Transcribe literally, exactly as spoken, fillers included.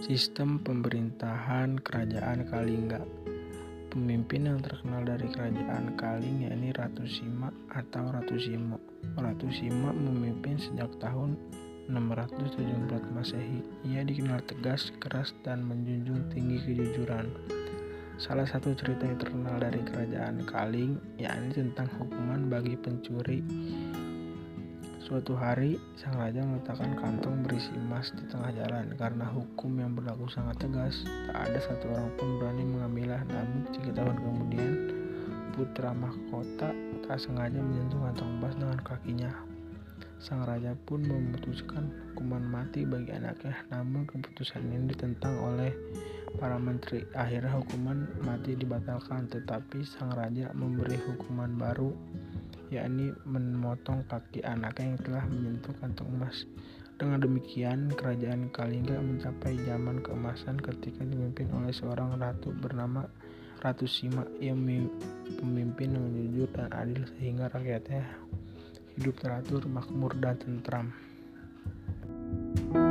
Sistem pemerintahan Kerajaan Kalingga. Pemimpin yang terkenal dari Kerajaan Kaling yakni Ratu Sima atau Ratu Simo. Ratu Sima memimpin sejak tahun enam ratus tujuh puluh empat Masehi. Ia dikenal tegas, keras, dan menjunjung tinggi kejujuran. Salah satu cerita yang terkenal dari Kerajaan Kaling yakni tentang hukuman bagi pencuri. Suatu hari, sang raja meletakkan kantong berisi emas di tengah jalan. Karena hukum yang berlaku sangat tegas, tak ada satu orang pun berani mengambilnya. Namun tiga tahun kemudian, putra mahkota tak sengaja menyentuh kantong emas dengan kakinya. Sang raja pun memutuskan hukuman mati bagi anaknya. Namun keputusan ini ditentang oleh para menteri. Akhirnya hukuman mati dibatalkan, tetapi sang raja memberi hukuman baru, yakni memotong kaki anaknya yang telah menyentuh kantong emas. Dengan demikian, Kerajaan Kalingga mencapai zaman keemasan ketika dipimpin oleh seorang ratu bernama Ratu Sima. Ia pemimpin yang jujur dan adil sehingga rakyatnya hidup teratur, makmur, dan tentram.